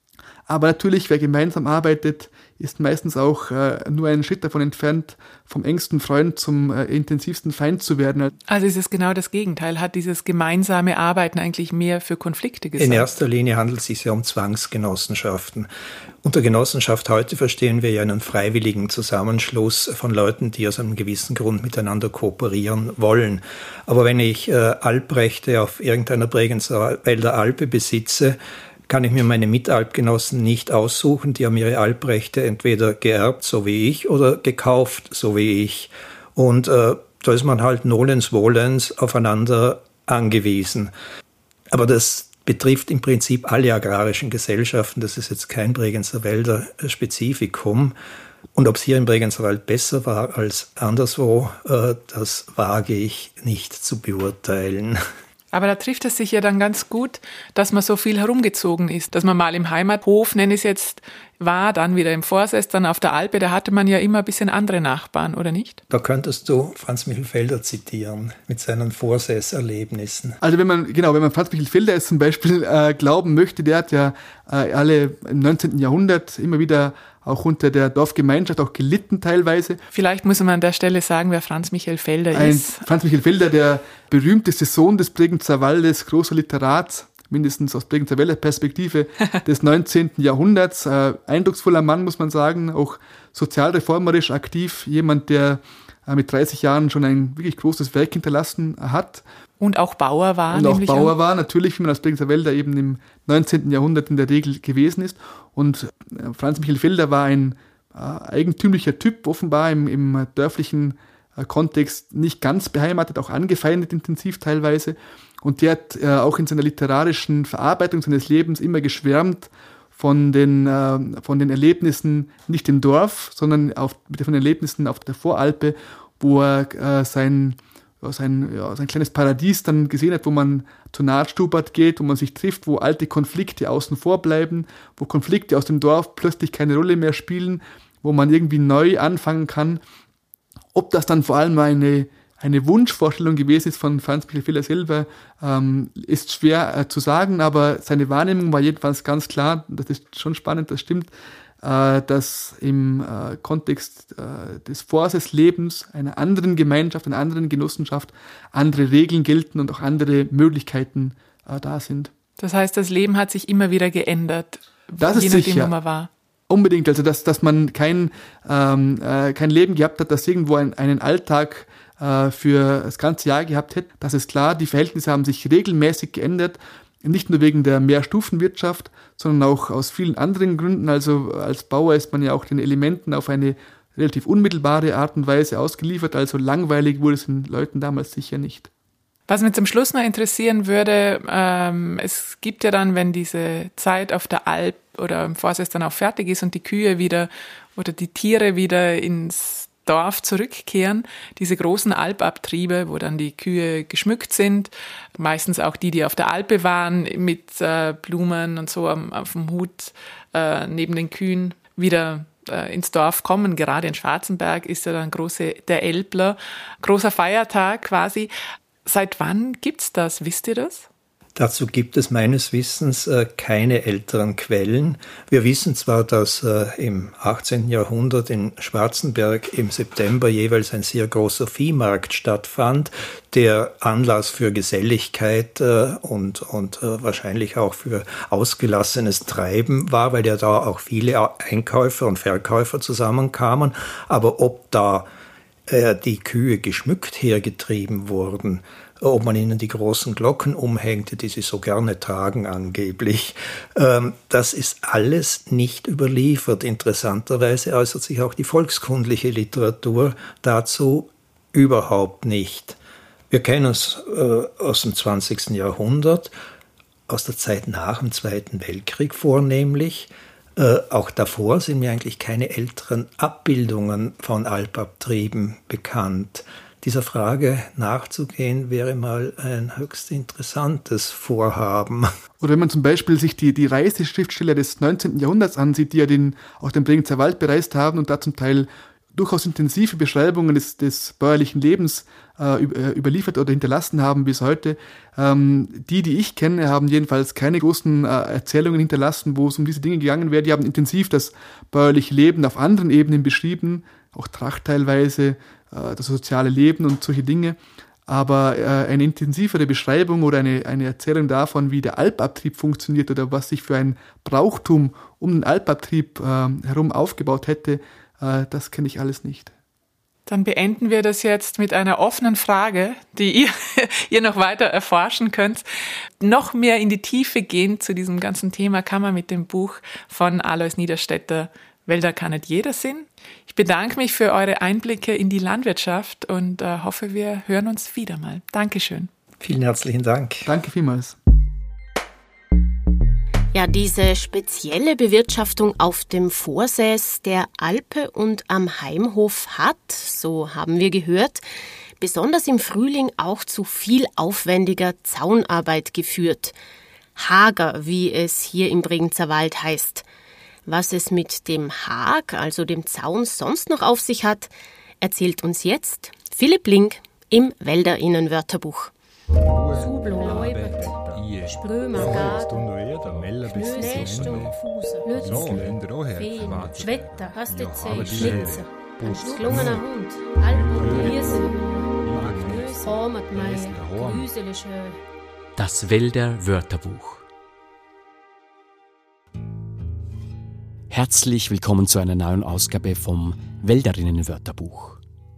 Speaker 5: Aber natürlich, wer gemeinsam arbeitet, ist meistens auch äh, nur einen Schritt davon entfernt, vom engsten Freund zum äh, intensivsten Feind zu werden.
Speaker 4: Also ist es genau das Gegenteil. Hat dieses gemeinsame Arbeiten eigentlich mehr für Konflikte gesorgt?
Speaker 2: In erster Linie handelt es sich ja um Zwangsgenossenschaften. Unter Genossenschaft heute verstehen wir ja einen freiwilligen Zusammenschluss von Leuten, die aus einem gewissen Grund miteinander kooperieren wollen. Aber wenn ich äh, Alprechte auf irgendeiner Bregenzer Wälder Alpe besitze, kann ich mir meine Mitalpgenossen nicht aussuchen. Die haben ihre Alprechte entweder geerbt, so wie ich, oder gekauft, so wie ich. Und äh, da ist man halt nolens volens aufeinander angewiesen. Aber das betrifft im Prinzip alle agrarischen Gesellschaften. Das ist jetzt kein Bregenzer Wälder Spezifikum. Und ob es hier im Bregenzer Wald besser war als anderswo, äh, das wage ich nicht zu beurteilen.
Speaker 4: Aber da trifft es sich ja dann ganz gut, dass man so viel herumgezogen ist. Dass man mal im Heimathof, nenne ich es jetzt, war, dann wieder im Vorsess, dann auf der Alpe, da hatte man ja immer ein bisschen andere Nachbarn, oder nicht?
Speaker 2: Da könntest du Franz Michel Felder zitieren mit seinen Vorsesserlebnissen.
Speaker 5: Also wenn man, genau, wenn man Franz Michel Felder jetzt zum Beispiel äh, glauben möchte, der hat ja äh, alle im neunzehnten Jahrhundert immer wieder auch unter der Dorfgemeinschaft auch gelitten teilweise.
Speaker 4: Vielleicht muss man an der Stelle sagen, wer Franz Michel Felder
Speaker 5: Ein
Speaker 4: ist.
Speaker 5: Franz Michel Felder, der berühmteste Sohn des Bregenzer Waldes, großer Literat, mindestens aus Bregenzer Wälder Perspektive des neunzehnten Jahrhunderts. Äh, eindrucksvoller Mann, muss man sagen, auch sozialreformerisch aktiv. Jemand, der äh, mit dreißig Jahren schon ein wirklich großes Werk hinterlassen hat.
Speaker 4: Und auch Bauer war.
Speaker 5: Und auch Bauer an. war, natürlich, wie man als Bregenzer Wälder eben im neunzehnten Jahrhundert in der Regel gewesen ist. Und äh, Franz Michel Felder war ein äh, eigentümlicher Typ, offenbar im, im dörflichen äh, Kontext nicht ganz beheimatet, auch angefeindet intensiv teilweise. Und der hat äh, auch in seiner literarischen Verarbeitung seines Lebens immer geschwärmt von den, äh, von den Erlebnissen, nicht im Dorf, sondern auf, von den Erlebnissen auf der Voralpe, wo er äh, sein, ja, sein, ja, sein kleines Paradies dann gesehen hat, wo man zur Nahtstubert geht, wo man sich trifft, wo alte Konflikte außen vor bleiben, wo Konflikte aus dem Dorf plötzlich keine Rolle mehr spielen, wo man irgendwie neu anfangen kann. Ob das dann vor allem eine Eine Wunschvorstellung gewesen ist von Franz Michel Felder selber, ähm, ist schwer äh, zu sagen, aber seine Wahrnehmung war jedenfalls ganz klar, das ist schon spannend, das stimmt, äh, dass im äh, Kontext äh, des Vorsesslebens einer anderen Gemeinschaft, einer anderen Genossenschaft andere Regeln gelten und auch andere Möglichkeiten äh, da sind.
Speaker 4: Das heißt, das Leben hat sich immer wieder geändert,
Speaker 5: das
Speaker 4: je
Speaker 5: ist
Speaker 4: nachdem,
Speaker 5: sicher.
Speaker 4: wo man war.
Speaker 5: Unbedingt, also dass, dass man kein, ähm, äh, kein Leben gehabt hat, das irgendwo ein, einen Alltag für das ganze Jahr gehabt hätte. Das ist klar, die Verhältnisse haben sich regelmäßig geändert, nicht nur wegen der Mehrstufenwirtschaft, sondern auch aus vielen anderen Gründen. Also als Bauer ist man ja auch den Elementen auf eine relativ unmittelbare Art und Weise ausgeliefert, also langweilig wurde es den Leuten damals sicher nicht.
Speaker 4: Was mich zum Schluss noch interessieren würde, ähm, es gibt ja dann, wenn diese Zeit auf der Alp oder im Vorsess dann auch fertig ist und die Kühe wieder oder die Tiere wieder ins Dorf zurückkehren, diese großen Alpabtriebe, wo dann die Kühe geschmückt sind, meistens auch die, die auf der Alpe waren, mit äh, Blumen und so am, auf dem Hut äh, neben den Kühen wieder äh, ins Dorf kommen. Gerade in Schwarzenberg ist ja dann große, der Elbler, großer Feiertag quasi. Seit wann gibt's das? Wisst ihr das?
Speaker 2: Dazu gibt es meines Wissens äh, keine älteren Quellen. Wir wissen zwar, dass äh, im achtzehnten Jahrhundert in Schwarzenberg im September jeweils ein sehr großer Viehmarkt stattfand, der Anlass für Geselligkeit äh, und, und äh, wahrscheinlich auch für ausgelassenes Treiben war, weil ja da auch viele Einkäufer und Verkäufer zusammenkamen. Aber ob da äh, die Kühe geschmückt hergetrieben wurden, ob man ihnen die großen Glocken umhängte, die sie so gerne tragen angeblich. Ähm, das ist alles nicht überliefert. Interessanterweise äußert sich auch die volkskundliche Literatur dazu überhaupt nicht. Wir kennen es äh, aus dem zwanzigsten Jahrhundert, aus der Zeit nach dem Zweiten Weltkrieg vornehmlich. Äh, auch davor sind mir eigentlich keine älteren Abbildungen von Alpabtrieben bekannt. Dieser Frage nachzugehen, wäre mal ein höchst interessantes Vorhaben.
Speaker 5: Oder wenn man zum Beispiel sich die, die Reiseschriftsteller des neunzehnten Jahrhunderts ansieht, die ja den, auch den Bregenzer Wald bereist haben und da zum Teil durchaus intensive Beschreibungen des, des bäuerlichen Lebens äh, überliefert oder hinterlassen haben bis heute. Ähm, die, die ich kenne, haben jedenfalls keine großen äh, Erzählungen hinterlassen, wo es um diese Dinge gegangen wäre. Die haben intensiv das bäuerliche Leben auf anderen Ebenen beschrieben, auch Tracht teilweise, äh, das soziale Leben und solche Dinge. Aber äh, eine intensivere Beschreibung oder eine, eine Erzählung davon, wie der Alpabtrieb funktioniert oder was sich für ein Brauchtum um den Alpabtrieb äh, herum aufgebaut hätte, äh, das kenne ich alles nicht.
Speaker 4: Dann beenden wir das jetzt mit einer offenen Frage, die ihr, ihr noch weiter erforschen könnt. Noch mehr in die Tiefe gehen zu diesem ganzen Thema kann man mit dem Buch von Alois Niederstetter, Wälder kann nicht jeder sehen. Ich bedanke mich für eure Einblicke in die Landwirtschaft und äh, hoffe, wir hören uns wieder mal. Dankeschön.
Speaker 2: Vielen herzlichen Dank.
Speaker 5: Danke vielmals.
Speaker 3: Ja, diese spezielle Bewirtschaftung auf dem Vorsäß der Alpe und am Heimhof hat, so haben wir gehört, besonders im Frühling auch zu viel aufwendiger Zaunarbeit geführt. Hager, wie es hier im Bregenzer Wald heißt. Was es mit dem Hag, also dem Zaun, sonst noch auf sich hat, erzählt uns jetzt Philipp Link im Wälderinnenwörterbuch.
Speaker 6: Schwetter, Hastezei, Schlitzer, gelungener Hund, Alpen, Wiese, Heimatmeier, Grüsele schön.
Speaker 7: Das Wälder-Wörterbuch. Herzlich willkommen zu einer neuen Ausgabe vom Wälderinnen-Wörterbuch.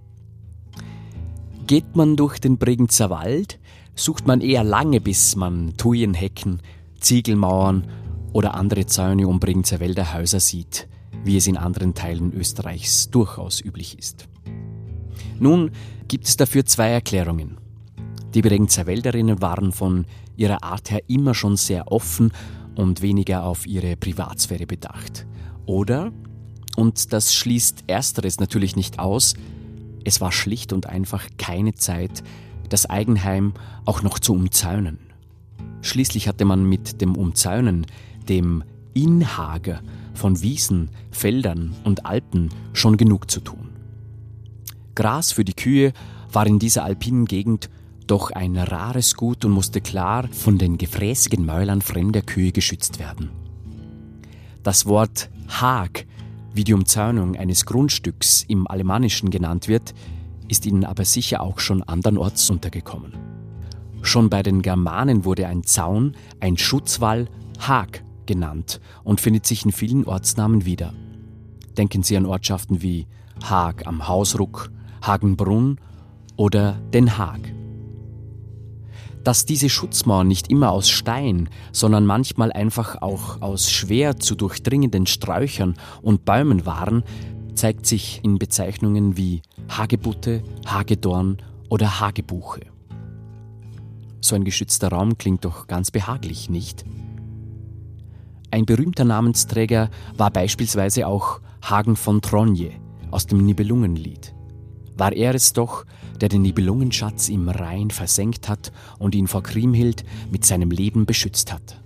Speaker 7: Geht man durch den Bregenzer Wald, sucht man eher lange, bis man Thujenhecken, Ziegelmauern oder andere Zäune um Bregenzer Wälder Häuser sieht, wie es in anderen Teilen Österreichs durchaus üblich ist. Nun gibt es dafür zwei Erklärungen. Die Bregenzer Wälderinnen waren von ihrer Art her immer schon sehr offen und weniger auf ihre Privatsphäre bedacht. Oder, und das schließt Ersteres natürlich nicht aus, es war schlicht und einfach keine Zeit, das Eigenheim auch noch zu umzäunen. Schließlich hatte man mit dem Umzäunen, dem Inhager von Wiesen, Feldern und Alpen schon genug zu tun. Gras für die Kühe war in dieser alpinen Gegend doch ein rares Gut und musste klar von den gefräßigen Mäulern fremder Kühe geschützt werden. Das Wort Hag, wie die Umzäunung eines Grundstücks im Alemannischen genannt wird, ist ihnen aber sicher auch schon andernorts untergekommen. Schon bei den Germanen wurde ein Zaun, ein Schutzwall, Hag genannt und findet sich in vielen Ortsnamen wieder. Denken Sie an Ortschaften wie Haag am Hausruck, Hagenbrunn oder Den Haag. Dass diese Schutzmauern nicht immer aus Stein, sondern manchmal einfach auch aus schwer zu durchdringenden Sträuchern und Bäumen waren, zeigt sich in Bezeichnungen wie Hagebutte, Hagedorn oder Hagebuche. So ein geschützter Raum klingt doch ganz behaglich, nicht? Ein berühmter Namensträger war beispielsweise auch Hagen von Tronje aus dem Nibelungenlied. War er es doch, der den Nibelungenschatz im Rhein versenkt hat und ihn vor Kriemhild mit seinem Leben beschützt hat.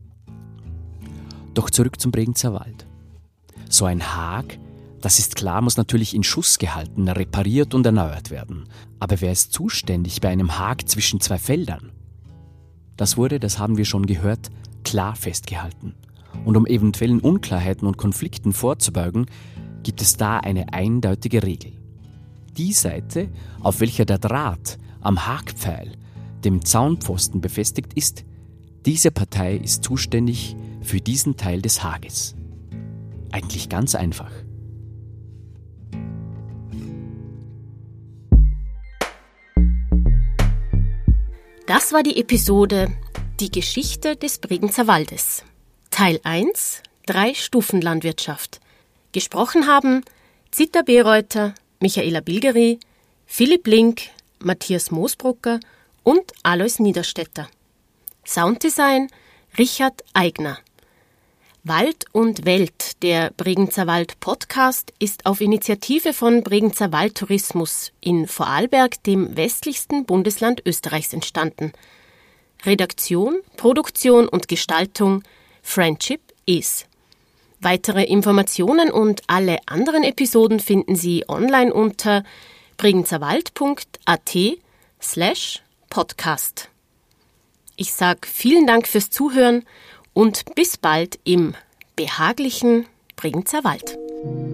Speaker 7: Doch zurück zum Bregenzer Wald. So ein Hag, das ist klar, muss natürlich in Schuss gehalten, repariert und erneuert werden. Aber wer ist zuständig bei einem Hag zwischen zwei Feldern? Das wurde, das haben wir schon gehört, klar festgehalten. Und um eventuellen Unklarheiten und Konflikten vorzubeugen, gibt es da eine eindeutige Regel. Die Seite, auf welcher der Draht am Hagpfeil, dem Zaunpfosten befestigt ist, diese Partei ist zuständig für diesen Teil des Hages. Eigentlich ganz einfach.
Speaker 3: Das war die Episode Die Geschichte des Bregenzer Waldes. Teil eins, Drei-Stufen-Landwirtschaft. Gesprochen haben Zita Bereuter, Michaela Bilgeri, Philipp Link, Matthias Moosbrucker und Alois Niederstetter. Sounddesign Richard Eigner. Wald und Welt, der Bregenzer Wald Podcast, ist auf Initiative von Bregenzer Wald Tourismus in Vorarlberg, dem westlichsten Bundesland Österreichs, entstanden. Redaktion, Produktion und Gestaltung Friendship is. Weitere Informationen und alle anderen Episoden finden Sie online unter bregenzerwald.at slash podcast. Ich sage vielen Dank fürs Zuhören und bis bald im behaglichen Bregenzer Wald.